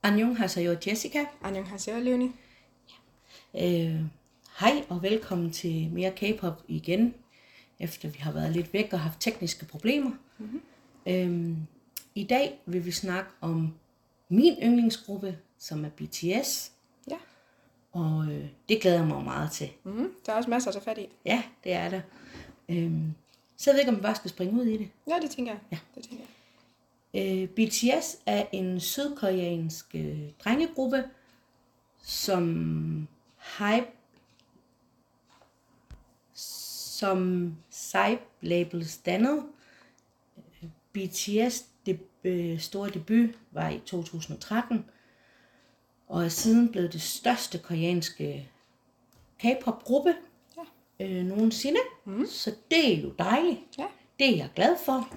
Annyeonghaseyo Jessica. Annyeonghaseyo Leonie. Hej og velkommen til mere K-pop igen, efter vi har været lidt væk og haft tekniske problemer. I dag vil vi snakke om min yndlingsgruppe, som er BTS. Ja. Og det glæder jeg mig meget til. Der er også masser at tage fat i. Ja, det er der. Så jeg ved ikke, om vi bare skal springe ud i det. Ja, det tænker jeg. Ja. Det tænker jeg. BTS er en sydkoreansk drengegruppe, som Psy-labels dannede. BTS store debut var i 2013, og er siden blevet det største koreanske K-pop-gruppe nogensinde. Så det er jo dejligt. Ja. Det er jeg glad for.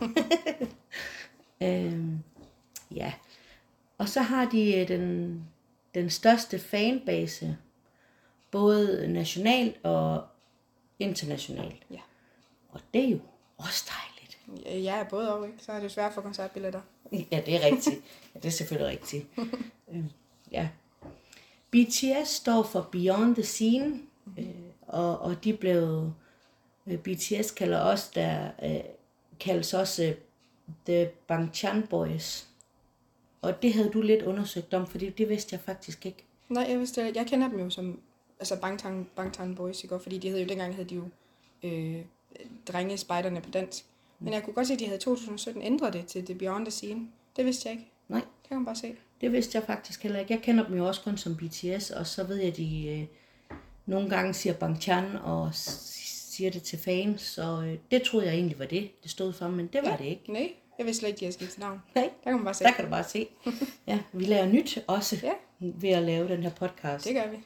Ja. Og så har de den største fanbase, både nationalt og internationalt. Ja. Og det er jo også dejligt. Ja, både og, ikke? Så er det jo svært at få koncertbilletter. Ja, det er rigtigt. Ja, det er selvfølgelig rigtigt. Ja. BTS står for Beyond the Scene, og de blev BTS kaldes også The Bangtan Boys. Og det havde du lidt undersøgt om, fordi det vidste jeg faktisk ikke. Nej, jeg kender dem jo som Bangtan Boys, ikke? Fordi dengang hed de jo Drengespejderne på dansk. Men jeg kunne godt se, at de havde i 2017 ændret det til The Beyond the Scene. Det vidste jeg ikke. Nej. Det kan man bare se. Det vidste jeg faktisk heller ikke. Jeg kender dem jo også kun som BTS, og så ved jeg, at de nogle gange siger Bangtan og siger det til fans, så det troede jeg egentlig var det stod for, men det var det ikke. Nej, jeg vidste slet ikke, de havde skiftet navn. Nej, Der kan man bare se. der kan du bare se. Ja, vi lærer nyt også ved at lave den her podcast. Det gør vi.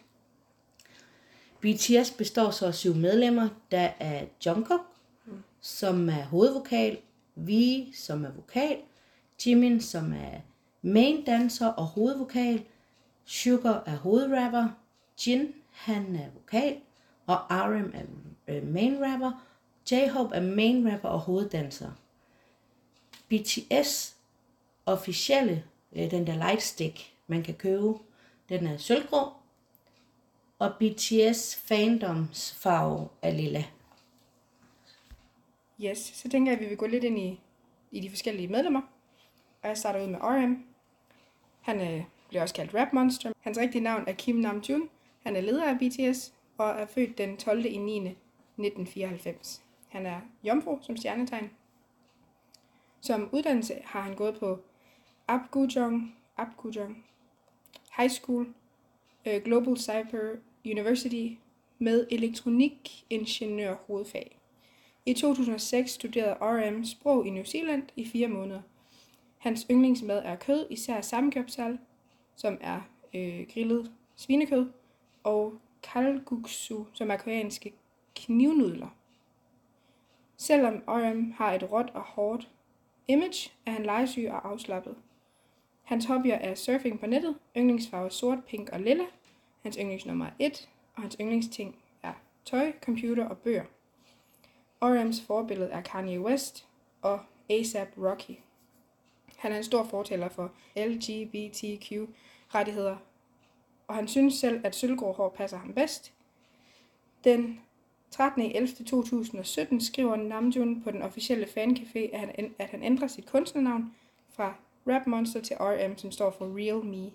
BTS består så af 7 medlemmer. Der er Jungkook, som er hovedvokal, V, som er vokal, Jimin, som er main dancer og hovedvokal, Sugar er hovedrapper, Jin, han er vokal, og RM er main rapper, J-Hope er main rapper og hoveddanser. BTS officielle, den der lightstick, man kan købe, den er sølvgrå, og BTS fandoms farve er lilla. Yes, så tænker jeg, at vi vil gå lidt ind i de forskellige medlemmer. Og jeg starter ud med RM. Han bliver også kaldt Rap Monster. Hans rigtige navn er Kim Namjoon. Han er leder af BTS og er født den 12. i 9. 1994. Han er jomfru som stjernetegn. Som uddannelse har han gået på Apgujeong High School, Global Cyber University med elektronikingeniør hovedfag. I 2006 studerede RM sprog i New Zealand i 4 måneder. Hans yndlingsmad er kød, især samgyeopsal, som er grillet svinekød, og kalguksu, som er koreanske knivnudler. Selvom RM har et råt og hårdt image, er han legesyg og afslappet. Hans hobbyer er surfing på nettet, yndlingsfarve sort, pink og lilla. Hans yndlingsnummer er 1, og hans yndlingsting er tøj, computer og bøger. RM's forbillede er Kanye West og A$AP Rocky. Han er en stor fortaler for LGBTQ-rettigheder, og han synes selv, at sølvgrå hår passer ham bedst. Den 13.11.2017 skriver Namjoon på den officielle fancafé, at han ændrer sit kunstnernavn fra Rap Monster til RM, som står for Real Me.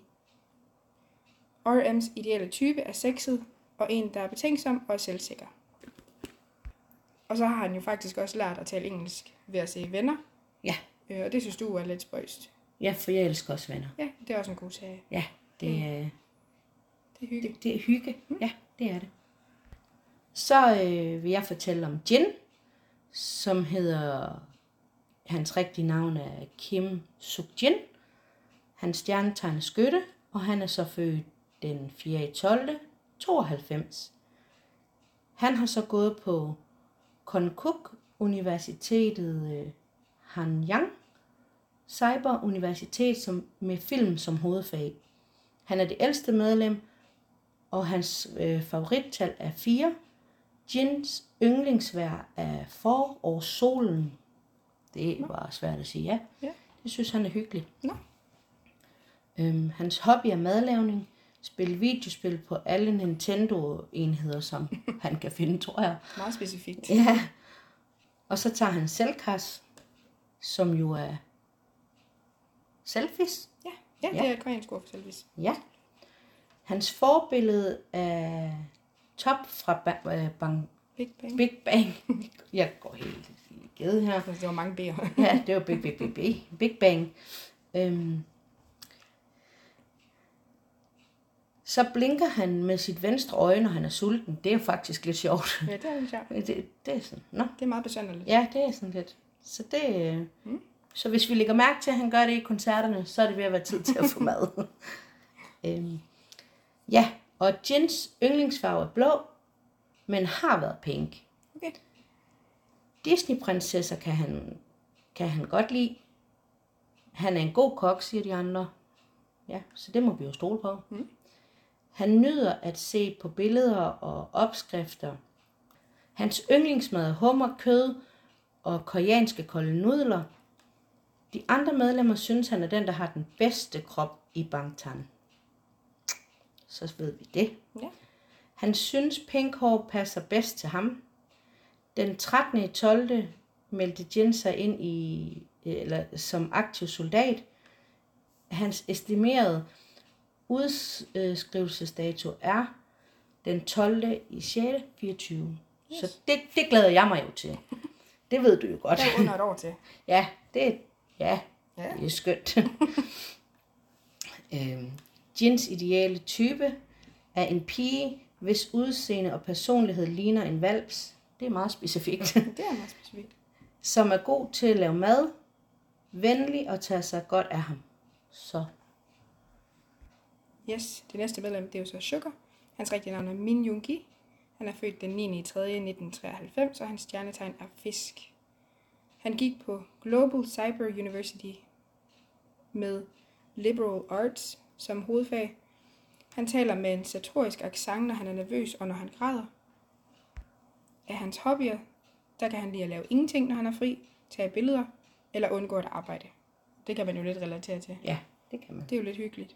RM's ideelle type er sexet og en, der er betænksom og selvsikker. Og så har han jo faktisk også lært at tale engelsk ved at se Venner. Ja. Og det synes du er lidt spøjst. Ja, for jeg elsker også Venner. Ja, det er også en god serie. Ja, det er hygge. Det er hygge. Ja, det er det. Så vil jeg fortælle om Jin, som hedder, hans rigtige navn er Kim Suk-jin. Hans stjernetegn er skytte, og han er så født den 4.12.92. Han har så gået på Konkuk Universitetet Hanyang Cyber Universitet med film som hovedfag. Han er det ældste medlem, og hans favorittal er 4. Jins yndlingsvejr er forår og solen. Det var svært at sige, ja. Ja. Det synes han er hyggeligt. Nå. Hans hobby er madlavning, spille videospil på alle Nintendo-enheder, som han kan finde, tror jeg. Meget specifikt. Ja. Og så tager han selvkas, som jo er selfies. Ja, det er et koreansk ord for selfies. Ja. Hans forbillede er Top fra Big Bang. Jeg går helt i gade her. Det var mange B'er. Ja, det var Big Bang. Så blinker han med sit venstre øje, når han er sulten. Det er jo faktisk lidt sjovt. Ja, det er lidt sjovt. Det er sådan, nå. Det er meget besynderligt. Ja, det er sådan lidt. Så det... Så hvis vi lægger mærke til, at han gør det i koncerterne, så er det ved at være tid til at få mad. Ja, og Jins yndlingsfarve er blå, men har været pink. Okay. Disney-prinsesser kan han godt lide. Han er en god kok, siger de andre. Ja, så det må vi jo stole på. Han nyder at se på billeder og opskrifter. Hans yndlingsmad er hummer, kød og koreanske kolde nudler. De andre medlemmer synes, han er den, der har den bedste krop i Bangtan. Så ved vi det. Ja. Han synes, pink hår passer bedst til ham. Den 13.12. meldte Jin sig ind som aktiv soldat. Hans estimerede udskrivelsesdato er den 12. i 6. 24. Yes. Så det glæder jeg mig jo til. Det ved du jo godt. Det er under et år til. Ja, det er skønt. Jins ideale type er en pige, hvis udseende og personlighed ligner en hvalps. Det er meget specifikt. Det er meget specifikt. Som er god til at lave mad, venlig og tage sig godt af ham. Så. Yes, det næste medlem, det er jo så Sugar. Hans rigtige navn er Min Yoongi. Han er født den 9. i 3. 1993, og hans stjernetegn er fisk. Han gik på Global Cyber University med Liberal Arts som hovedfag. Han taler med en satirisk accent, når han er nervøs og når han græder. Af hans hobbyer, der kan han lide at lave ingenting, når han er fri, tage billeder eller undgå at arbejde. Det kan man jo lidt relatere til. Ja, det kan man. Det er jo lidt hyggeligt.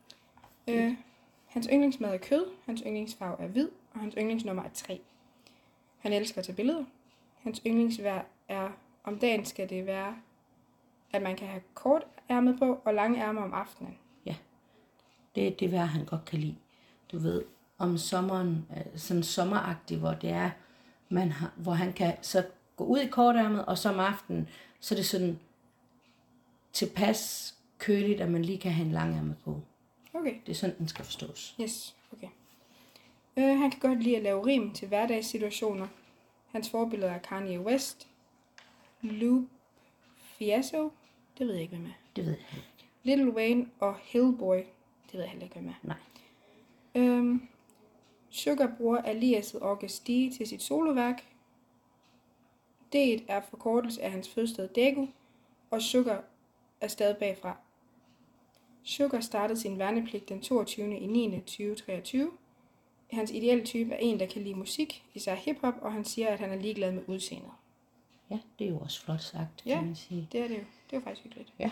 Hans yndlingsmad er kød, hans yndlingsfarve er hvid, og hans yndlingsnummer er 3. Han elsker at tage billeder. Hans yndlingsvejr er, om dagen skal det være, at man kan have kort ærmet på og lange ærmer om aftenen. Ja, det er det vejr, han godt kan lide. Du ved, om sommeren, sådan sommeragtigt, hvor det er, hvor han kan så gå ud i kortærmet, og så om aftenen, så er det sådan tilpas køligt, at man lige kan have en lang ærmet på. Okay. Det er sådan, den skal forstås. Yes, okay. Han kan godt lide at lave rim til hverdagssituationer. Hans forbilleder er Kanye West, Lupe Fiasco, det ved jeg ikke, hvem er. Det ved jeg ikke. Lil Wayne og Hillboy, det ved jeg heller ikke, hvem er. Nej. Sugar bruger aliaset August D til sit soloværk. D'et er forkortelse af hans fødested Daegu, og Sugar er stadig bagfra. Sugar startede sin værnepligt den 22. i 9. 2023. Hans ideelle type er en, der kan lide musik, især hiphop, og han siger, at han er ligeglad med udseendet. Ja, det er jo også flot sagt, Ja, kan man sige. det er det jo. Det er jo faktisk hyggeligt. Ja,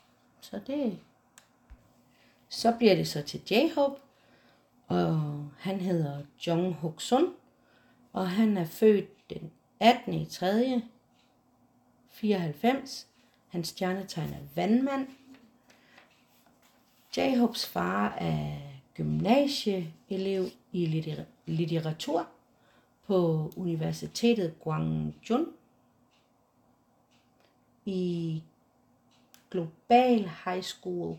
så bliver det så til J-Hope, og han hedder Jung Hook Sun, og han er født den 18. i 3. 94. Hans stjernetegn er vandmand. J-Hopes far er gymnasieelev i litteratur på Universitetet Gwangju i Global High School.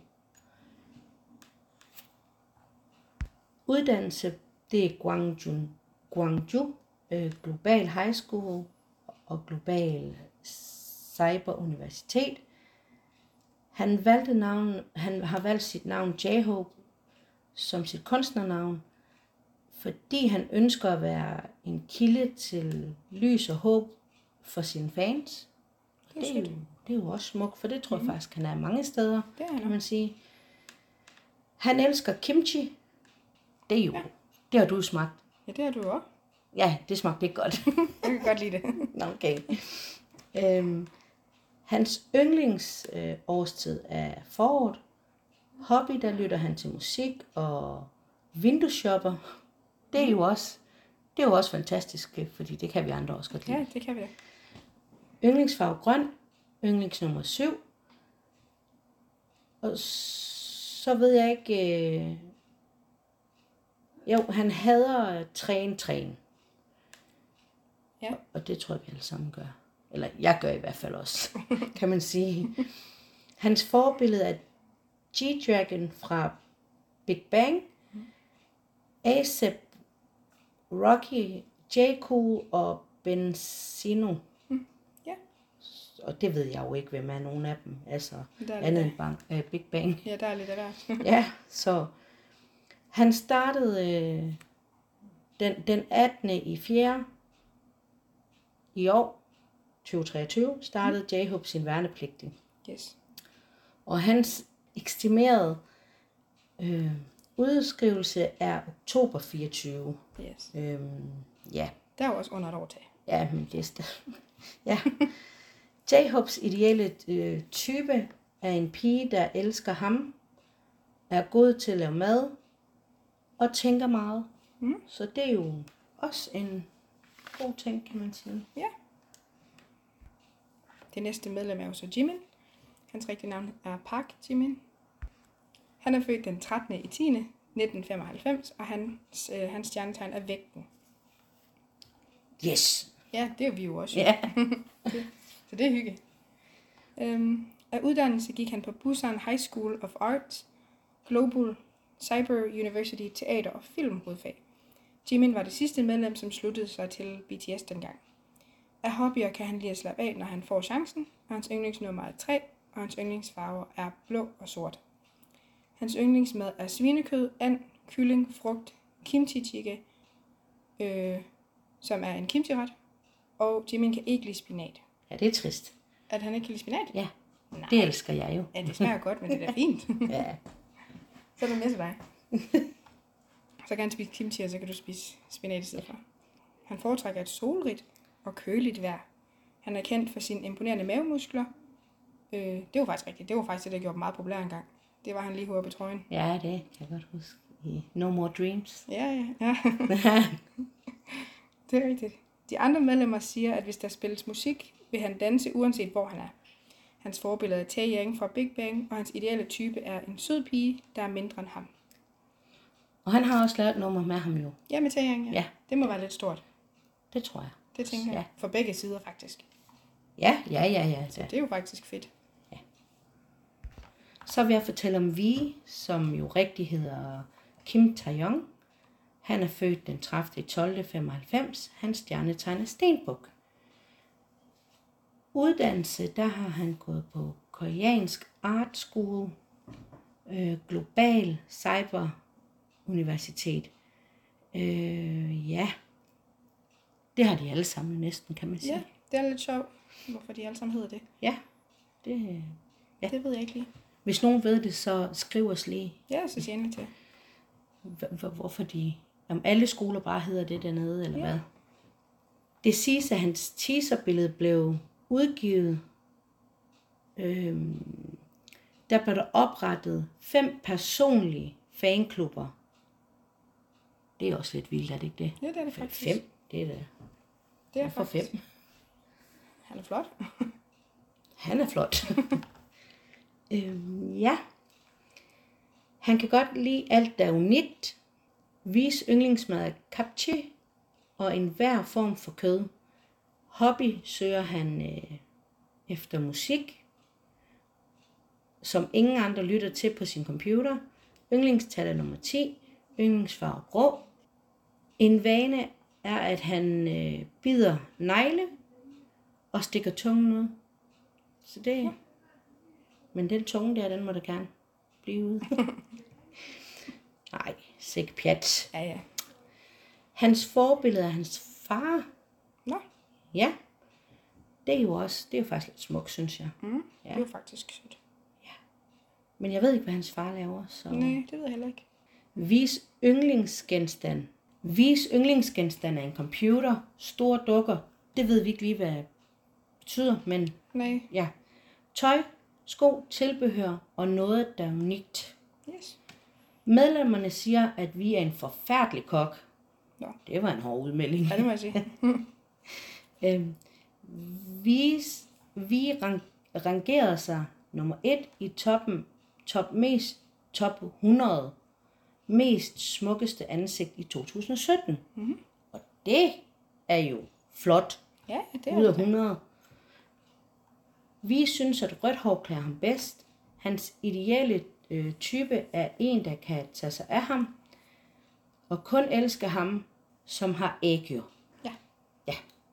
Uddannelse, det er Gwangju Global High School og Global Cyber Universitet. Han har valgt sit navn J-Hope som sit kunstnernavn, fordi han ønsker at være en kilde til lys og håb for sine fans. Det er jo også smukt, for det tror jeg faktisk, han er mange steder, kan man sige. Han elsker kimchi. Det er jo, det har du smagt. Ja, det har du også. Ja, det smagte ikke godt. Jeg kan godt lide det. Okay. Hans yndlingsårstid er foråret. Hobby, der lytter han til musik og vindueshopper. Det er jo også fantastisk, fordi det kan vi andre også godt lide. Ja, det kan vi da. Yndlingsfarve grøn, yndlings nummer 7. Og så ved jeg ikke... Jo, han hader træne. Ja. Og det tror jeg, vi alle sammen gør. Eller jeg gør i hvert fald også, kan man sige. Hans forbillede er G-Dragon fra Big Bang, A$AP, Rocky, J. Cool og Benzino. Ja. Og det ved jeg jo ikke, hvem er nogen af dem. Altså Der er andet end Big Bang. Ja, der er lidt af hvert. Ja, så han startede den 18. i 4. i år, 2023, startede J-Hope sin værnepligt. Yes. Og hans estimerede udskrivelse er oktober 24. Yes. Ja. Der er jo også under et år til. Ja, men det er ja. J-Hopes ideelle type er en pige, der elsker ham, er god til at lave mad og tænker meget. Så det er jo også en god ting, kan man sige. Ja. Det næste medlem er jo så Jimin. Hans rigtige navn er Park Jimin. Han er født den 13. i 10. 1995, og hans stjernetegn er vægten. Yes. Ja, det er vi jo også. Ja. Så det er hygge. Af uddannelse gik han på Busan High School of Arts, Global Cyber University Teater og Film hovedfag. Jimin var det sidste medlem, som sluttede sig til BTS dengang. Af hobbyer kan han lide at slappe af, når han får chancen, og hans yndlingsnummer er 3, og hans yndlingsfarver er blå og sort. Hans yndlingsmad er svinekød, and, kylling, frugt, kimchi jjigae, som er en kimchi-ret, og Jimin kan ikke lide spinat. Ja, det er trist. At han ikke kan lide spinat? Ja, Nej. det elsker jeg jo. Ja, det smager godt, men det er da fint. Ja. Så er det med til dig. Så kan han spise kimchi, og så kan du spise spinat i stedet for. Han foretrækker et solrigt og køligt vejr. Han er kendt for sine imponerende mavemuskler. Det var faktisk rigtigt. Det var faktisk det, der gjorde dem meget populære engang. Det var han lige oppe i trøjen. Ja, det kan jeg godt huske. I No More Dreams. Ja. Det er rigtigt. De andre medlemmer siger, at hvis der spilles musik, vil han danse uanset hvor han er. Hans forbillede er Taeyang fra Big Bang, og hans ideelle type er en sød pige, der er mindre end ham. Og han har også lavet et nummer med ham jo. Ja, med Taeyang, Ja. Det må være lidt stort. Det tror jeg. Det tænker jeg. For begge sider faktisk. Ja. Det er jo faktisk fedt. Så vil jeg fortælle om Vi, som jo rigtig hedder Kim Taeyong. Han er født den 30. 12. 95. Hans stjernetegn er Stenbuk. Uddannelse, der har han gået på koreansk art school, global cyber universitet. Ja, det har de alle sammen næsten, kan man sige. Ja, det er lidt sjovt, hvorfor de alle sammen hedder det. Ja, det... Ja. Det ved jeg ikke lige. Hvis nogen ved det, så skriv os lige. Ja, så siger jeg til. Hvorfor de... Om alle skoler bare hedder det dernede, eller hvad? Det siges, at hans teaserbillede blev udgivet. Der blev der oprettet 5 personlige fanklubber. Det er også lidt vildt, er det ikke det? Ja, det er det faktisk. 5, det er det. Det er for faktisk. 5. Han er flot. Han er flot. Ja. Han kan godt lide alt, der er unikt. Vis yndlingsmad er kapchi og enhver form for kød. Hobby søger han efter musik, som ingen andre lytter til på sin computer. Yndlingstal er nummer 10. Yndlingsfarve grå. En vane er, at han bider negle og stikker tungen ud. Så det... Ja. Men den tunge der, den må da gerne blive ude. Nej, sikke pjat. Ja. Hans forbillede er hans far. Nå. Ja. Det er jo faktisk lidt smukt, synes jeg. Ja. Det er jo faktisk sødt. Ja. Men jeg ved ikke, hvad hans far laver. Så... Nej, det ved jeg heller ikke. Vis yndlingsgenstand. Vis yndlingsgenstand er en computer, store dukker. Det ved vi ikke lige, hvad det betyder, men nej. Ja. Tøj, sko, tilbehør og noget, der er unikt. Yes. Medlemmerne siger, at vi er en forfærdelig kok. Nå. Det var en hård udmelding. Ja, det må jeg sige. Vi rangerede sig nummer 1 i top 100 mest smukkeste ansigt i 2017. Mm-hmm. Og det er jo flot. Ja, det er Ud af det. 100. Vi synes, at rødt hår klæder ham bedst. Hans ideelle type er en, der kan tage sig af ham. Og kun elsker ham, som har ægjo. Ja. Ja.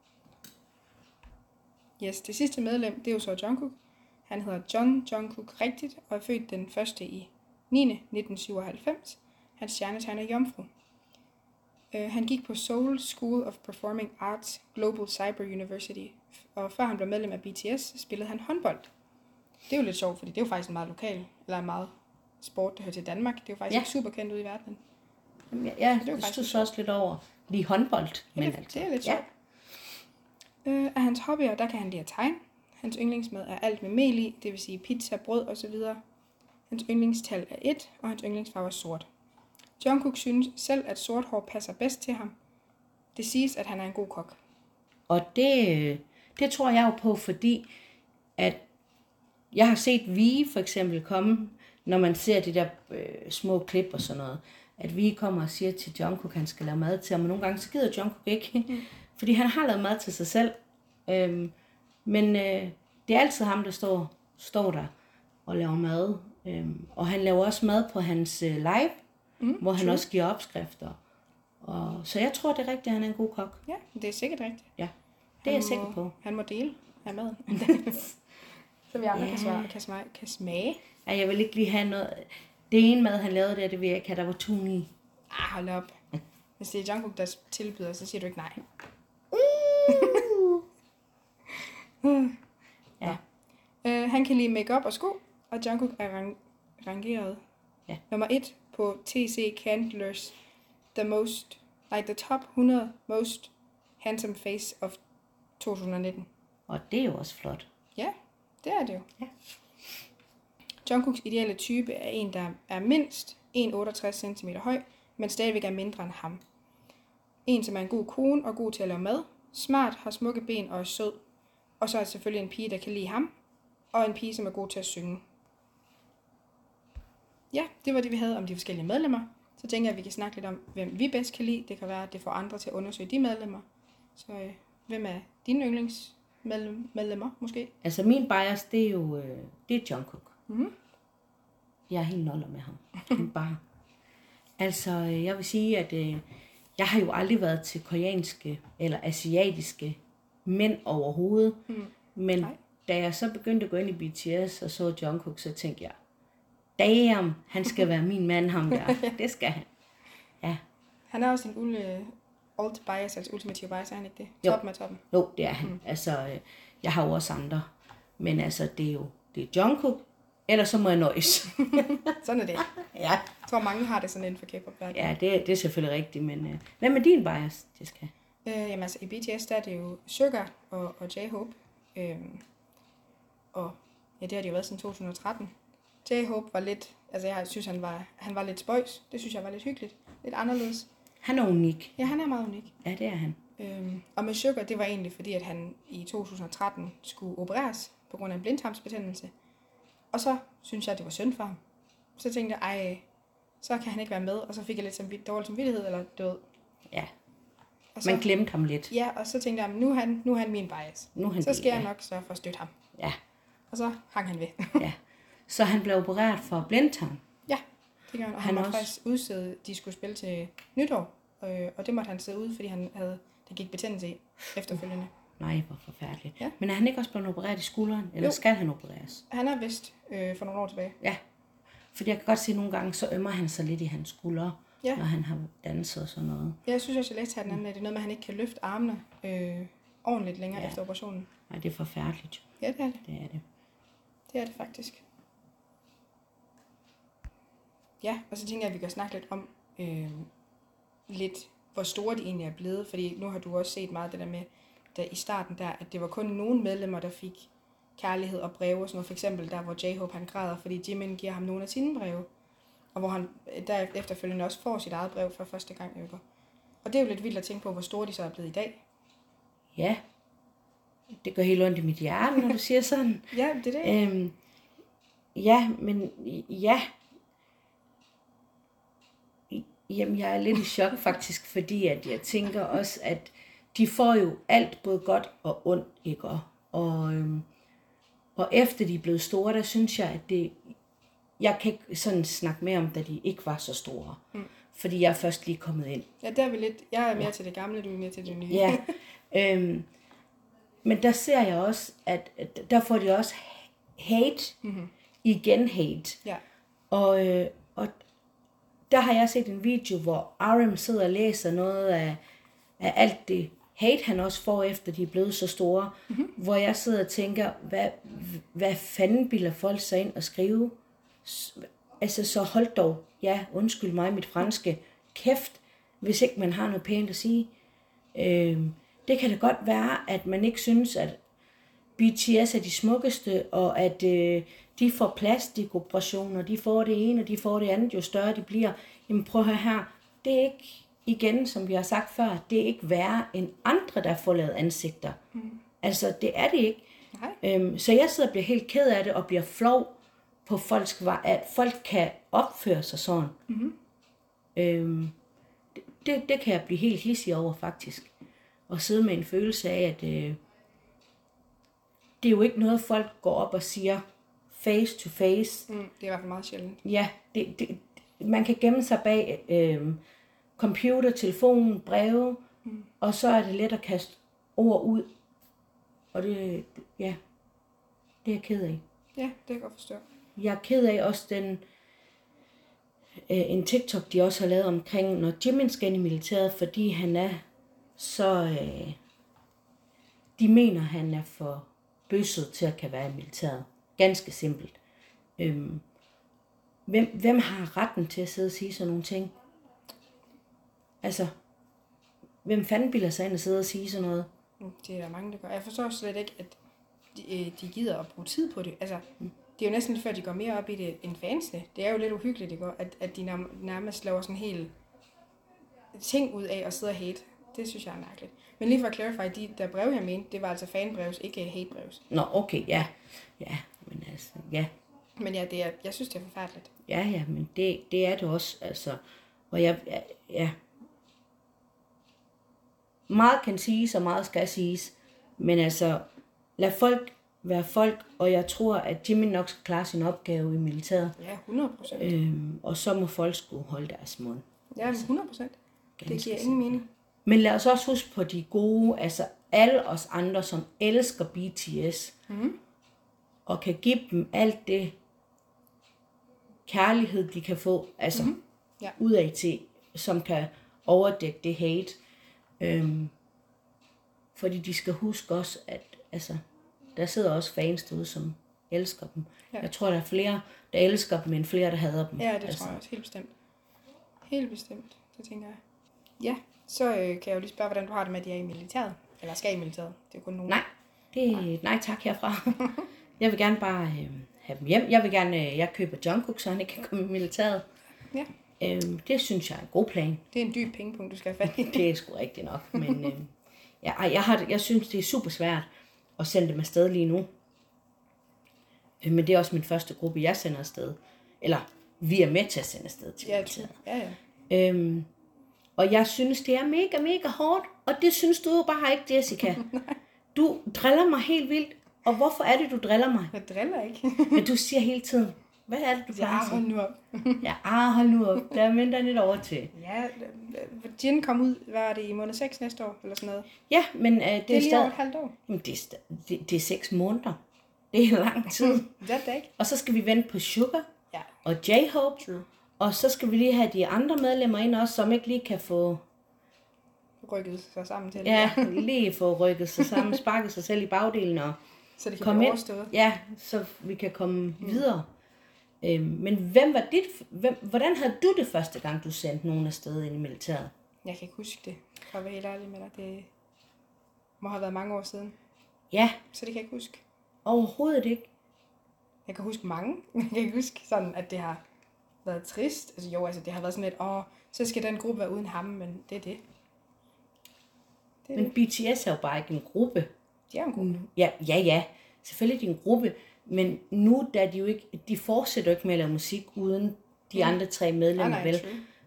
Yes, det sidste medlem, det er jo så Jungkook. Han hedder John Jungkook rigtigt, og er født den 1. i 9. 1997. Hans stjernetegn er Jomfru. Han gik på Seoul School of Performing Arts Global Cyber University, og før han blev medlem af BTS, spillede han håndbold. Det er jo lidt sjovt, fordi det er jo faktisk en meget lokal, eller en meget sport, der hører til Danmark. Det er jo faktisk ikke super kendt ude i verden. Ja, det stod også lidt over lige håndbold. Men det er lidt sjovt. Af hans hobbyer, der kan han lide at tegne. Hans yndlingsmad er alt med mel i, det vil sige pizza, brød osv. Hans yndlingstal er 1, og hans yndlingsfarve er sort. Jungkook synes selv, at sort hår passer bedst til ham. Det siges, at han er en god kok. Og det tror jeg jo på, fordi at jeg har set Vi for eksempel komme, når man ser de der små klip og sådan noget, at Vi kommer og siger til Jungkook, at han skal lave mad til ham, og nogle gange så gider Jungkook ikke, fordi han har lavet mad til sig selv. Men det er altid ham, der står der og laver mad. Og han laver også mad på hans live, hvor han også giver opskrifter. Så jeg tror, det er rigtigt, at han er en god kok. Ja, det er sikkert rigtigt. Ja, det er jeg sikker på. Han må dele af maden. Så vi andre kan smage. Ja, jeg vil ikke lige have noget. Det ene mad, han lavede der, det vil jeg ikke have, der var tun i. Hold op. Hvis det er Jungkook, der tilbyder, så siger du ikke nej. Ja. Han kan lide make-up og sko, og Jungkook er rangeret nummer 1 på TC Candlers the top 100 most handsome face of 2019. Og det er jo også flot. Ja, det er det jo. Ja. Jungkooks ideelle type er en, der er mindst 1,68 cm høj, men stadigvæk er mindre end ham. En, som er en god kone og god til at lave mad, smart, har smukke ben og er sød. Og så er det selvfølgelig en pige, der kan lide ham, og en pige, som er god til at synge. Ja, det var det, vi havde om de forskellige medlemmer. Så tænker jeg, at vi kan snakke lidt om, hvem vi bedst kan lide. Det kan være, at det får andre til at undersøge de medlemmer. Så hvem er dine yndlingsmedlemmer, måske? Altså min bias, det er jo det er Jungkook. Mm-hmm. Jeg er helt noller med ham. Bare. Altså, jeg vil sige, at jeg har jo aldrig været til koreanske eller asiatiske mænd overhovedet. Men da jeg så begyndte at gå ind i BTS og så Jungkook, så tænkte jeg, damn, han skal være min mand, ham der. Det skal han. Ja. Han er også en alt bias, altså ultimative bias, er han ikke det? Jo. Toppen af toppen. Jo, det er han. Altså, jeg har jo også andre. Men altså, det er Jungkook, eller så må jeg nøjes. Sådan er det. Ja. Jeg tror, mange har det sådan inden for K-pop-verdenen. Ja, det er selvfølgelig rigtigt, men hvad med din bias, Jessica? Jamen altså, i BTS, der er det jo Suga og J-Hope. Og ja, det har de jo været siden 2013. J-Hope var lidt, altså jeg synes, han var lidt spøjs. Det synes jeg var lidt hyggeligt. Lidt anderledes. Han er unik. Ja, han er meget unik. Ja, det er han. Og med Suga, det var egentlig fordi, at han i 2013 skulle opereres på grund af en blindtarmsbetændelse. Og så synes jeg, det var synd for ham. Så tænkte jeg, så kan han ikke være med. Og så fik jeg lidt dårlig samvittighed eller død. Ja. Så, man glemte ham lidt. Ja, og så tænkte jeg, nu er han min bias. Så skal jeg nok sørge for at støtte ham. Ja. Og så hang han ved. Ja. Så han blev opereret for blindtarm? Ja, det gør han. Og han måtte faktisk udsæde, de skulle spille til nytår. Og det måtte han sidde ude, fordi der gik betændelse i efterfølgende. Nej, hvor forfærdeligt. Ja. Men er han ikke også blevet opereret i skulderen? Eller skal han opereres? Han er vist for nogle år tilbage. Ja, fordi jeg kan godt se, at nogle gange så ømmer han sig lidt i hans skuldre, når han har danset og sådan noget. Ja, jeg synes også, jeg læste her den anden, at det er noget med, at han ikke kan løfte armene ordentligt længere efter operationen. Nej, det er forfærdeligt. Ja, det er det. Det er det. Det er det faktisk. Ja, og så tænker jeg, at vi kan snakke lidt om, hvor store de egentlig er blevet. Fordi nu har du også set meget det der med, der i starten der, at det var kun nogle medlemmer, der fik kærlighed og breve og sådan noget. For eksempel der, hvor J-Hope han græder, fordi Jimin giver ham nogle af sine breve. Og hvor han der efterfølgende også får sit eget brev for første gang. Ikke? Og det er jo lidt vildt at tænke på, hvor store de så er blevet i dag. Ja, det gør helt ondt i mit hjerte, når du siger sådan. Ja, det er det. Ja, men ja. Jamen, jeg er lidt i chok faktisk, fordi at jeg tænker også, at de får jo alt, både godt og ondt, ikke? Og efter de er blevet store, der synes jeg, at jeg kan ikke sådan snakke mere om, da de ikke var så store. Fordi jeg er først lige kommet ind. Ja, der er vi lidt. Jeg er mere til det gamle, du er mere til det nye. Ja. Men der ser jeg også, at der får de også hate. Igen hate. Ja. Og der har jeg set en video, hvor RM sidder og læser noget af alt det hate, han også får, efter de er blevet så store. Hvor jeg sidder og tænker, hvad fanden bilder folk sig ind og skrive? Altså, så hold dog, ja, undskyld mig, mit franske, kæft, hvis ikke man har noget pænt at sige. Det kan da godt være, at man ikke synes, at BTS er de smukkeste, og at de får plastikoperationer, de får det ene, og de får det andet, jo større de bliver. Jamen prøv at høre her, det er ikke, igen, som vi har sagt før, det er ikke værre end andre, der får lavet ansigter. Altså, det er det ikke. Så jeg sidder og bliver helt ked af det, og bliver flov på at folk kan opføre sig sådan. Det kan jeg blive helt hissig over, faktisk. Og sidde med en følelse af, at det er jo ikke noget, folk går op og siger face to face. Det er i hvert fald meget sjældent. Ja, man kan gemme sig bag computer, telefon, breve, og så er det let at kaste ord ud. Og det er jeg ked af. Ja, det kan jeg godt forstå. Jeg er ked af også en TikTok, de også har lavet omkring, når Jimin skal ind i militæret, fordi han er så... de mener, han er for bøsset til at kan være i militæret. Ganske simpelt. Hvem har retten til at sidde og sige sådan nogle ting? Altså, hvem fanden bilder sig ind og sidde og sige sådan noget? Det er der mange, der gør. Jeg forstår slet ikke, at de gider at bruge tid på det. Altså, det er jo næsten før, de går mere op i det end fansene. Det er jo lidt uhyggeligt, det går, at de nærmest laver sådan en hel ting ud af at sidde og hate. Det synes jeg er mærkeligt. Men lige for at clarify, de brev, jeg mente, det var altså fanbrevs, ikke hatebrevs. Nå, okay, ja. Ja, men altså, ja. Men ja, jeg synes, det er forfærdeligt. Ja, men det er det også, altså. Og ja. Meget kan siges, og meget skal siges. Men altså, lad folk være folk, og jeg tror, at Jimin nok skal klare sin opgave i militæret. Ja, 100%. Og så må folk skulle holde deres mund. Ja, 100%. Det giver ingen mening. Men lad os også huske på de gode, altså alle os andre, som elsker BTS, og kan give dem alt det kærlighed, de kan få, altså udad til, som kan overdække det hate. Fordi de skal huske også, at altså, der sidder også fans derude, som elsker dem. Ja. Jeg tror, der er flere, der elsker dem, end flere, der hader dem. Ja, det tror jeg også. Helt bestemt. Helt bestemt, det tænker jeg. Ja, så kan jeg jo lige spørge, hvordan du har det med, at de er i militæret. Eller skal i militæret. Det er kun nogen. Nej tak herfra. Jeg vil gerne bare have dem hjem. Jeg køber Jungkook, så han ikke kan komme i militæret. Ja. Det synes jeg er en god plan. Det er en dyb pengepunkt, du skal have fat i. Det er sgu rigtigt nok. Men jeg synes, det er super svært at sende dem afsted lige nu. Men det er også min første gruppe, jeg sender afsted. Eller vi er med til at sende afsted til militæret. Ja. Og jeg synes, det er mega, mega hårdt. Og det synes du jo bare ikke, Jessica. Du driller mig helt vildt. Og hvorfor er det, du driller mig? Jeg driller ikke. Men du siger hele tiden, hvad er det, du plejer at sige? Hold nu op. Hold nu op. Der er mindre lidt over til. Ja, Jin kom ud, var det i måned 6 næste år, eller sådan noget? Ja, men det er lige over et halvt år. Jamen, det er 6 måneder. Det er lang tid. Det er ikke. Og så skal vi vente på Sugar og J-Hope. True. Og så skal vi lige have de andre medlemmer ind også, som ikke lige kan få... rykket sig sammen til. Ja, lige få rykket sig sammen, sparket sig selv i bagdelen og så det kan blive overstået. Ja, så vi kan komme videre. Men hvordan havde du det første gang, du sendte nogen afsted ind i militæret? Jeg kan ikke huske det, for at være helt ærlig med dig. Det må have været mange år siden. Ja. Så det kan jeg ikke huske. Overhovedet ikke. Jeg kan huske mange. Jeg kan ikke huske sådan, at det har været trist. Altså jo, altså det har været sådan lidt, så skal den gruppe være uden ham, men det er det. Men BTS er jo bare ikke en gruppe. De er jo en gruppe. Ja. Selvfølgelig er de en gruppe, men nu der er de jo ikke, de fortsætter jo ikke med at lave musik uden de andre 3 medlemmer, vel?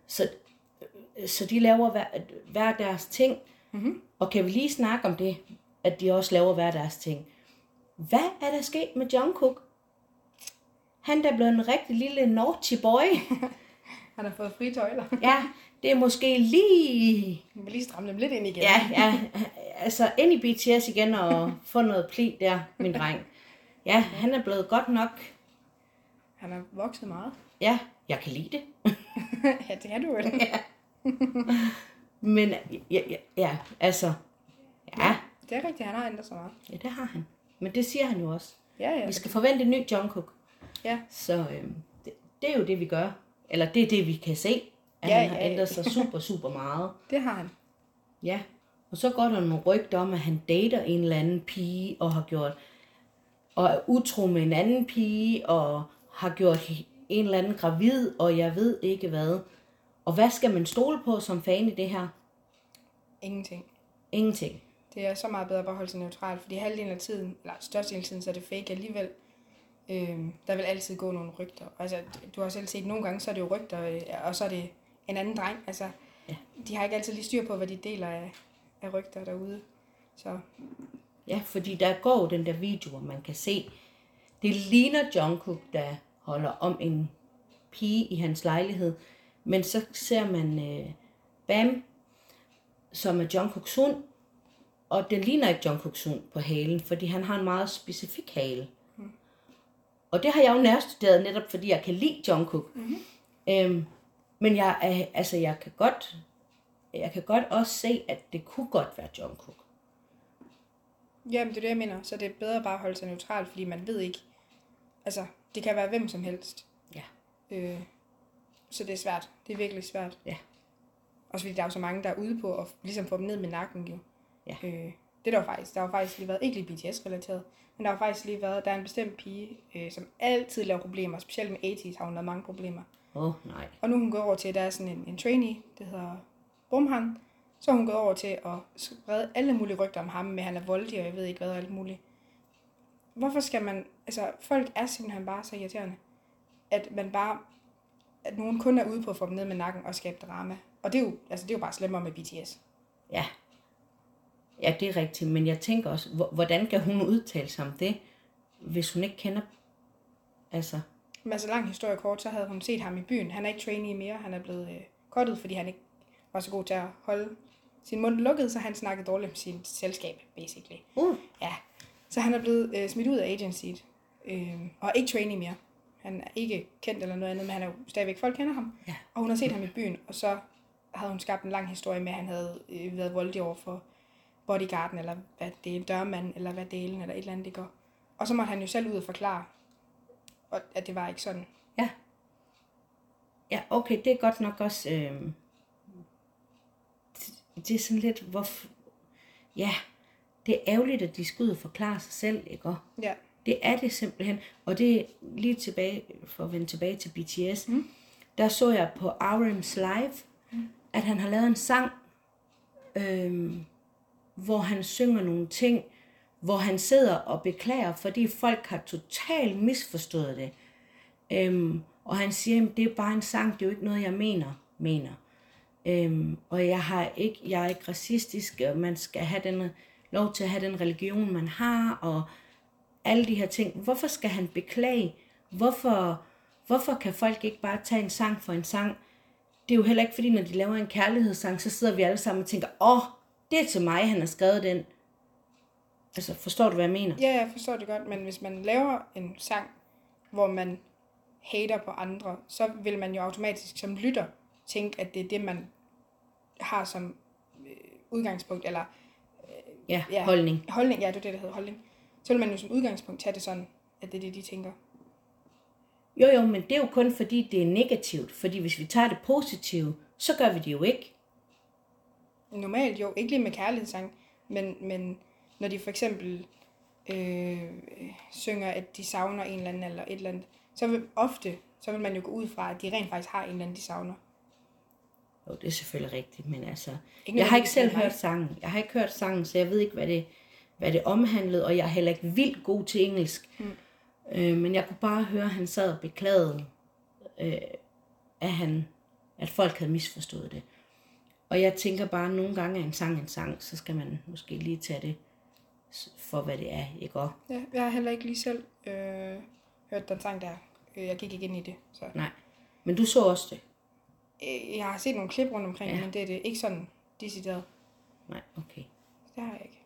Så de laver hver deres ting. Mm-hmm. Og kan vi lige snakke om det, at de også laver hver deres ting. Hvad er der sket med Jungkook? Han der blev en rigtig lille naughty boy. Han har fået frie tøjler. Ja, det er måske lige... Vi vil lige stramme dem lidt ind igen. Ja, altså ind i BTS igen og få noget pli der, min dreng. Ja, han er blevet godt nok... Han har vokset meget. Ja, jeg kan lide det. Ja, det kan du jo. Ja. Men altså... Ja. Det er rigtigt, han har ændret sig meget. Ja, det har han. Men det siger han jo også. Ja. Vi skal forvente en ny Jungkook. Ja. Så det er jo det, vi gør. Eller det er det, vi kan se. At han har ændret sig super meget. Det har han. Ja. Og så går der nogle rygter om, at han dater en eller anden pige, og har gjort... Og er utro med en anden pige, og har gjort en eller anden gravid, og jeg ved ikke hvad. Og hvad skal man stole på som fan i det her? Ingenting. Det er så meget bedre bare at holde sig neutral, fordi halvdelen af tiden, eller størstedelen af tiden, så er det fake alligevel. Der vil altid gå nogle rygter. Altså, du har selv set, nogle gange, så er det jo rygter, og så er det en anden dreng. Altså, de har ikke altid lige styr på, hvad de deler af rygter derude. Så. Ja, fordi der går den der video, hvor man kan se, det ligner Jungkook, der holder om en pige i hans lejlighed. Men så ser man Bam, som er Jungkooks hund, og den ligner ikke Jungkooks hund på halen, fordi han har en meget specifik hale. Og det har jeg jo nærstuderet netop, fordi jeg kan lide Jungkook. Mm-hmm. Men jeg kan godt også se, at det kunne godt være Jungkook. Jamen, det er det, jeg mener. Så det er bedre bare at holde sig neutral, fordi man ved ikke... Altså, det kan være hvem som helst. Ja. Så det er svært. Det er virkelig svært. Ja. Også fordi der er jo så mange, der er ude på at ligesom få dem ned med nakken, jo. Ja. Der har faktisk lige været, ikke lige BTS-relateret, men der har faktisk lige været, der er en bestemt pige, som altid laver problemer, specielt med 80's har hun lavet mange problemer. Nej. Og nu er hun gået over til, at der er sådan en trainee, der hedder Bumhan, så er hun gået over til at sprede alle mulige rygter om ham, med han er voldig, og jeg ved ikke hvad, og alt muligt. Hvorfor skal man, altså folk er simpelthen bare så irriterende, at nogen kun er ude på at få dem ned med nakken og skabe drama. Og det er jo bare slemmere med BTS. Ja. Ja, det er rigtigt, men jeg tænker også, hvordan kan hun udtale sig om det, hvis hun ikke kender... Altså... Men altså lang historie kort, så havde hun set ham i byen. Han er ikke trainee mere, han er blevet cuttet, fordi han ikke var så god til at holde sin mund lukket, så han snakkede dårligt om sit selskab, basically. Ja, så han er blevet smidt ud af agencyet, og ikke trainee mere. Han er ikke kendt eller noget andet, men han er jo stadigvæk, folk kender ham. Ja. Og hun har set ham i byen, og så havde hun skabt en lang historie med, at han havde været voldig over for bodyguarden, eller hvad det er, dørmanden, eller hvad delen, eller et eller andet, det går. Og så måtte han jo selv ud og forklare, at det var ikke sådan. Ja. Ja, okay, det er godt nok også... det er sådan lidt, Ja, det er ærgerligt, at de skal ud og forklare sig selv, ikke? Ja. Det er det simpelthen. Og det er lige tilbage, for at vende tilbage til BTS, der så jeg på RM's Live, at han har lavet en sang, hvor han synger nogle ting, hvor han sidder og beklager, fordi folk har totalt misforstået det. Og han siger, at det er bare en sang, det er jo ikke noget, jeg mener. Og jeg er ikke racistisk, og man skal have lov til at have den religion, man har, og alle de her ting. Hvorfor skal han beklage? Hvorfor kan folk ikke bare tage en sang for en sang? Det er jo heller ikke, fordi når de laver en kærlighedssang, så sidder vi alle sammen og tænker, det er til mig, han har skrevet den. Altså, forstår du, hvad jeg mener? Ja, jeg forstår det godt, men hvis man laver en sang, hvor man hater på andre, så vil man jo automatisk som lytter tænke, at det er det, man har som udgangspunkt, eller... holdning. Holdning, ja, det er det, der hedder holdning. Så vil man jo som udgangspunkt tage det sådan, at det er det, de tænker. Jo, men det er jo kun fordi, det er negativt. Fordi hvis vi tager det positive, så gør vi det jo ikke. Normalt jo, ikke lige med kærlighedssang, men når de for eksempel synger, at de savner en eller anden eller et eller andet, så vil ofte så vil man jo gå ud fra, at de rent faktisk har en eller anden, de savner. Jo, det er selvfølgelig rigtigt, men altså... Ingen Jeg har ikke selv mig. hørt sangen. Jeg har ikke hørt sangen, så jeg ved ikke, hvad det omhandlede, og jeg er heller ikke vildt god til engelsk. Men jeg kunne bare høre, at han sad og beklagede, at folk havde misforstået det. Og jeg tænker bare, at nogle gange er en sang, så skal man måske lige tage det for, hvad det er, ikke også? Ja, jeg har heller ikke lige selv hørt den sang der. Jeg gik ikke ind i det. Så. Nej, men du så også det? Jeg har set nogle klip rundt omkring, men det er det ikke sådan decideret. Nej, okay. Det har jeg ikke.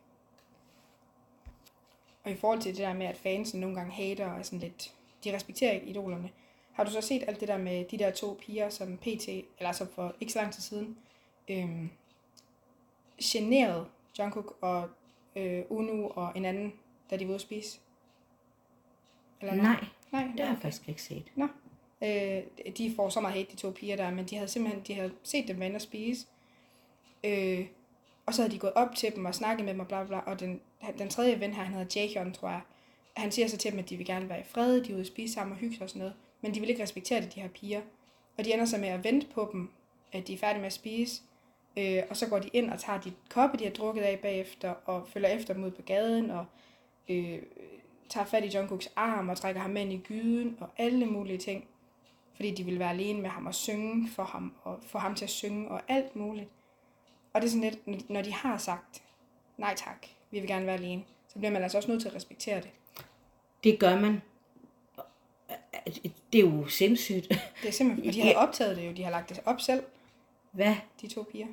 Og i forhold til det der med, at fansen nogle gange hater og sådan lidt, de respekterer ikke idolerne. Har du så set alt det der med de der 2 piger, som PT, eller så for ikke så lang tid siden, generede Jungkook og Uno og en anden, da de var ude at spise? Eller Nej, det har jeg faktisk ikke set. Nå. De får så meget hate, de 2 piger der, men de havde set dem vande og spise. Og så havde de gået op til dem og snakket med dem og bla bla, og den tredje ven her, han hedder Jaehyun, tror jeg. Han siger så til dem, at de vil gerne være i fred, de er ude at spise sammen og hygge sig og sådan noget, men de vil ikke respektere det, de her piger. Og de ender så med at vente på dem, at de er færdige med at spise, og så går de ind og tager de kopper, de har drukket af bagefter, og følger efter dem ud på gaden, og tager fat i Jungkooks arm og trækker ham med ind i gyden, og alle mulige ting. Fordi de vil være alene med ham og synge for ham, og få ham til at synge, og alt muligt. Og det er sådan lidt, når de har sagt, nej tak, vi vil gerne være alene, så bliver man altså også nødt til at respektere det. Det gør man. Det er jo sindssygt. Det er simpelthen, og de har optaget det jo, de har lagt det op selv. Hvad? De 2 piger.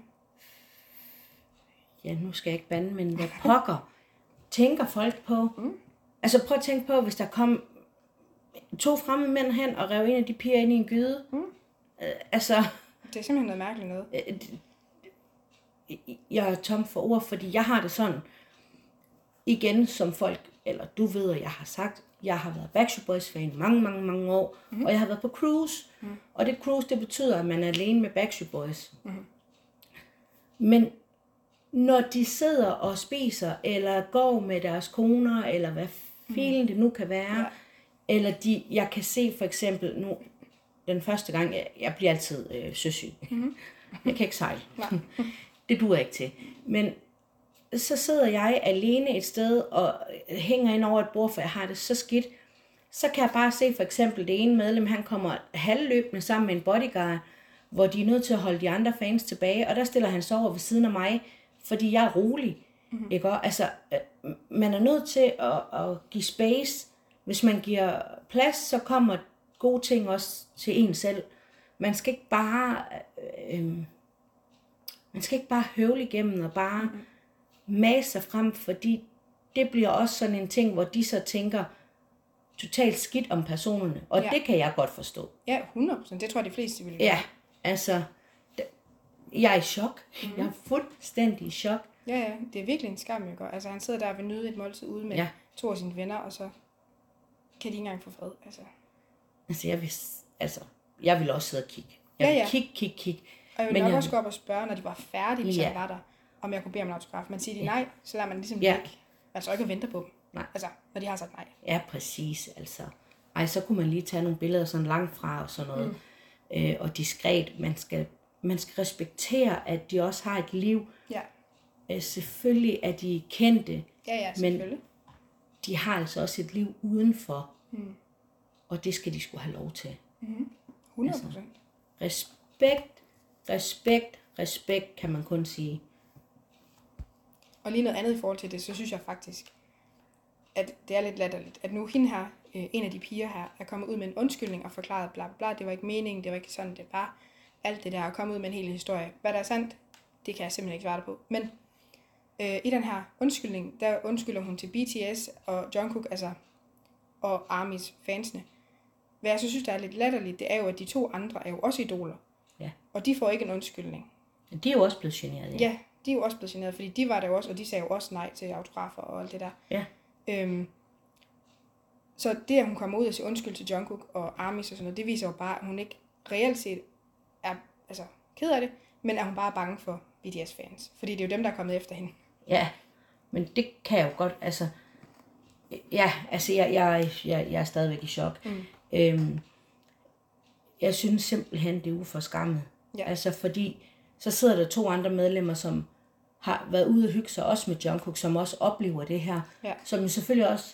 Ja, nu skal jeg ikke bande, men hvad pokker tænker folk på? Altså prøv at tænke på, hvis der kom 2 fremmede mænd hen og rev en af de piger ind i en gyde. Altså... Det er simpelthen noget mærkeligt noget. Jeg er tom for ord, fordi jeg har det sådan, igen som folk, eller du ved, at jeg har sagt, jeg har været Backstreet Boys fan i mange år, og jeg har været på cruise, og det cruise, det betyder, at man er alene med Backstreet Boys. Men når de sidder og spiser, eller går med deres koner, eller hvad filen det nu kan være, eller jeg kan se for eksempel nu, den første gang, jeg bliver altid søsyg. Jeg kan ikke sejle. Det duer ikke til. Men så sidder jeg alene et sted og hænger ind over et bord, for jeg har det så skidt. Så kan jeg bare se for eksempel det ene medlem, han kommer halvløbende sammen med en bodyguard, hvor de er nødt til at holde de andre fans tilbage, og der stiller han sig over ved siden af mig, fordi jeg er rolig. Ikke? Altså, man er nødt til at give space. Hvis man giver plads, så kommer gode ting også til en selv. Man skal ikke bare høvle igennem og bare mase sig frem, fordi det bliver også sådan en ting, hvor de så tænker totalt skidt om personerne, og det kan jeg godt forstå. Ja, 100%. Det tror jeg, de fleste vil gøre. Ja, altså, jeg er i chok. Jeg er fuldstændig i chok. Ja, det er virkelig en skam, ikke? Altså, han sidder der og vil nyde et måltid ude med 2 af sine venner, og så kan de ikke engang få fred. Jeg vil også sidde og kigge. Jeg vil kigge. Og jeg vil nok også gå op og spørge, når de var færdige, hvis jeg var der, om jeg kunne bede om en autograf. Men siger de nej, så lader man ligesom ikke. Altså ikke at vente på dem. Nej. Altså, når de har sagt nej. Ja, præcis. Altså. Så kunne man lige tage nogle billeder sådan langt fra og sådan noget. Og diskret. Man skal respektere, at de også har et liv. Ja. Selvfølgelig er de kendte. Ja, selvfølgelig. Men de har altså også et liv udenfor. Og det skal de sgu have lov til. 100%. Altså, respekt, kan man kun sige. Og lige noget andet i forhold til det, så synes jeg faktisk, at det er lidt latterligt, at nu hende her, en af de piger her, er kommet ud med en undskyldning og forklaret bla bla, det var ikke meningen, det var ikke sådan, det var. Alt det der er kommet ud med en hel historie. Hvad der er sandt, det kan jeg simpelthen ikke svare på. Men i den her undskyldning, der undskylder hun til BTS og Jungkook, altså, og ARMYs fansene. Hvad jeg så synes, der er lidt latterligt, det er jo, at de 2 andre er jo også idoler. Ja. Og de får ikke en undskyldning. De er jo også blevet generet. Ja, de er jo også blevet generet, fordi de var der jo også, og de sagde jo også nej til autografer og alt det der. Ja. Så det, at hun kommer ud og siger undskyld til Jungkook og ARMY og sådan noget, det viser jo bare, at hun ikke reelt set er ked af det, men at hun bare er bange for BTS-fans. Fordi det er jo dem, der er kommet efter hende. Ja, men det kan jeg jo godt, altså... Ja, altså jeg er stadigvæk i chok. jeg synes simpelthen, det er uforskammet. Ja. Altså fordi, så sidder der 2 andre medlemmer, som har været ude og hygge sig også med Jungkook, som også oplever det her. Ja. Som jo selvfølgelig også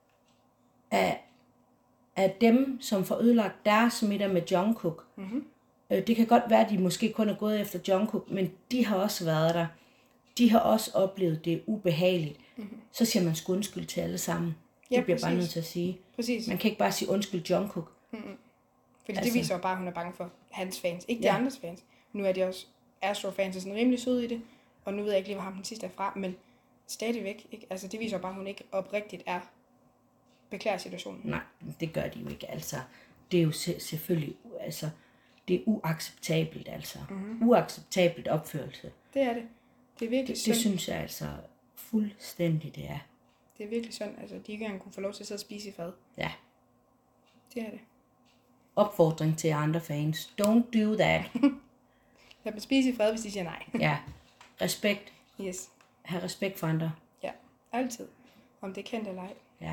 er dem, som får ødelagt deres middag med Jungkook. Mm-hmm. Det kan godt være, at de måske kun er gået efter Jungkook, men de har også været der. De har også oplevet det ubehageligt. Mm-hmm. Så siger man sgu undskyld til alle sammen. Ja, det bliver præcis. bare nødt til at sige. Præcis. Man kan ikke bare sige undskyld Jungkook. Mm-hmm. Fordi det viser jo bare, at hun er bange for hans fans. Ikke de andres fans. Nu er de også Astro-fans er sådan rimelig søde i det. Og nu ved jeg ikke lige, hvor ham den sidste er fra. Men stadigvæk. Ikke? Altså, det viser jo bare, at hun ikke oprigtigt beklager situationen. Nej, det gør de jo ikke. Altså, det er jo selvfølgelig... Altså, det er uacceptabelt, altså. Mm-hmm. Uacceptabelt opførelse. Det er det. Det er virkelig synd. Det synes jeg altså fuldstændig, det er. Det er virkelig synd. Altså, de ikke engang kunne få lov til at sidde og spise i fad. Ja. Det er det. Opfordring til andre fans. Don't do that. Lad dem spise i fred, hvis de siger nej. Ja. Respekt. Yes. Ha' respekt for andre. Ja, altid. Om det er kendt eller ej. Ja.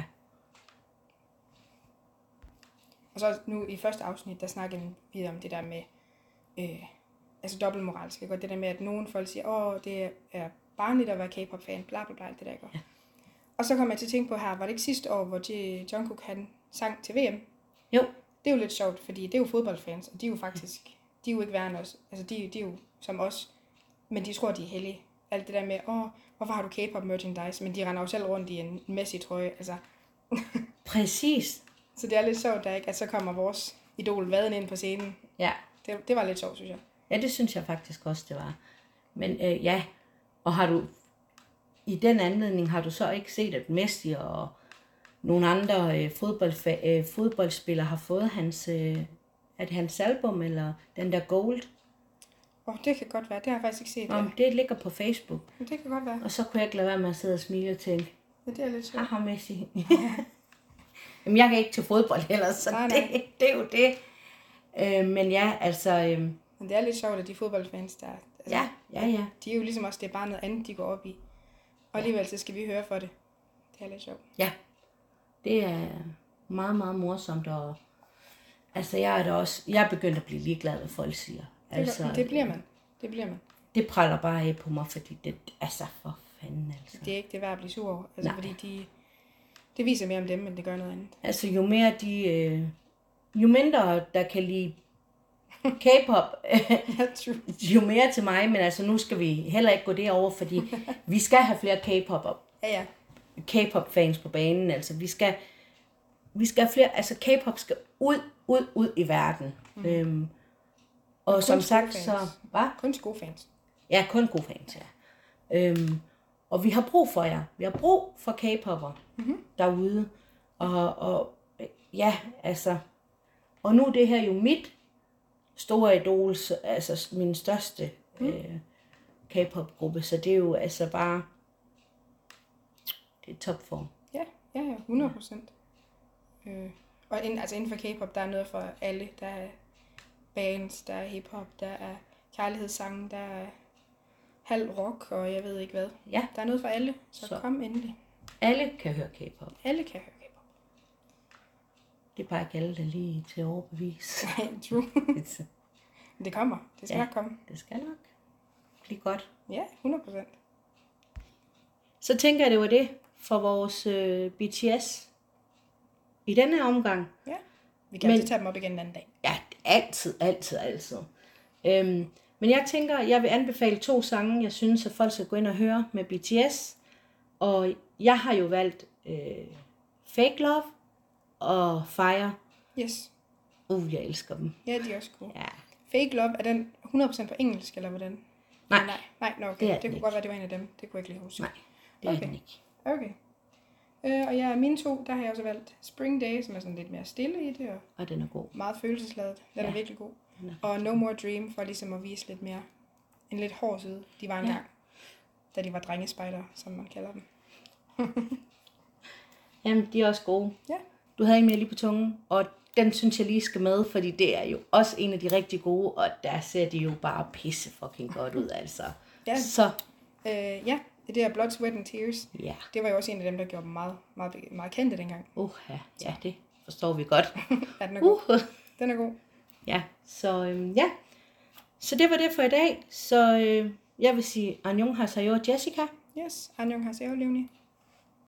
Og så nu i første afsnit, der snakker vi om det der med, altså dobbeltmoralsk. Det der med, at nogle folk siger, det er barnligt at være K-pop-fan, bla bla bla, det der ikke. Ja. Og så kommer jeg til at tænke på her, var det ikke sidste år, hvor Jungkook han sang til VM? Jo. Det er jo lidt sjovt, fordi det er jo fodboldfans, og de er jo faktisk, de er jo ikke værre end os. Altså de er jo som os, men de tror, de er hellige. Alt det der med, hvorfor har du K-pop merchandise? Men de render jo selv rundt i en Messi-trøje, altså. Præcis. Så det er lidt sjovt, at så kommer vores idol vaden ind på scenen. Ja. Det var lidt sjovt, synes jeg. Ja, det synes jeg faktisk også, det var. Men ja, og har du, i den anledning, har du så ikke set, at Messi og nogle andre fodboldspillere har fået hans, er det hans album, eller den der Gold? Det kan godt være. Det har jeg faktisk ikke set. Ja. Det ligger på Facebook. Det kan godt være. Og så kunne jeg ikke lade være med at sidde og smile og tænke, ja, det er lidt sjovt. Haha, Messi. Jamen, jeg kan ikke til fodbold heller, så nej. Det er jo det. Men ja, altså... Men det er lidt sjovt, at de fodboldfans, der... Altså, ja. De er jo ligesom også, det er bare noget andet, de går op i. Og alligevel, så skal vi høre for det. Det er lidt sjovt. Ja, det er meget, meget morsomt. Og, altså, jeg er begyndt at blive ligeglad, hvad folk siger. Altså, det bliver man. Det bliver man. Det praller bare af på mig, fordi det er så for fanden, altså. Det er ikke det værd at blive sur over. Altså, fordi det viser mere om dem, end det gør noget andet. Altså, jo mindre der kan lide K-pop, jo mere til mig, men altså nu skal vi heller ikke gå derover, fordi vi skal have flere K-pop fans på banen, altså vi skal have flere, altså K-pop skal ud i verden. Og som sagt, så... Hvad? Kun til gode fans. Ja, kun gode fans, ja. Og vi har brug for jer. Vi har brug for K-popper derude. Og ja, altså... Og nu er det her jo mit store idol, altså min største K-pop-gruppe, så det er jo altså bare... Det er topform. Ja, 100%. Og inden for K-pop, der er noget for alle. Der er bands, der er hip-hop, der er kærlighedssange, der er halv rock, og jeg ved ikke hvad. Ja. Der er noget for alle, så kom endelig. Alle kan høre K-pop. Alle kan høre K-pop. Det er bare ikke alle, der lige til at overbevise. True. Det kommer. Det skal nok komme. Det skal nok blive godt. Ja, 100%. Så tænker jeg, det var det for vores BTS i denne her omgang. Ja, vi kan altid tage dem op igen en anden dag. Ja, altid. Men jeg tænker, jeg vil anbefale 2 sange, jeg synes, at folk skal gå ind og høre med BTS. Og jeg har jo valgt Fake Love og Fire. Yes. Jeg elsker dem. Ja, de er også gode. Ja. Fake Love, er den 100% på engelsk, eller hvordan? Nej, okay. Det kunne godt være, det var en af dem. Det kunne jeg ikke lige huske. Nej, det er den ikke. Okay. Og ja, mine 2, der har jeg også valgt Spring Day, som er sådan lidt mere stille i det. Og den er god. Meget følelsesladet. Den er virkelig god. Og No More Dream, for ligesom at vise lidt mere, en lidt hård side. De var engang, da de var drengespejder, som man kalder dem. Jamen, de er også gode. Ja. Du havde en mere lige på tungen, og den synes jeg lige skal med, fordi det er jo også en af de rigtig gode, og der ser de jo bare pisse fucking godt ud, altså. Ja. Så. Det der Blood, Sweat and Tears, det var jo også en af dem, der gjorde dem meget, meget, meget kendte dengang. Ja, det forstår vi godt. Ja, den er god. Den er god. Ja, så ja. Så det var det for i dag. Så jeg vil sige, Annyeong haseyo, Jessica. Yes, annyeonghaseyo, Leonie.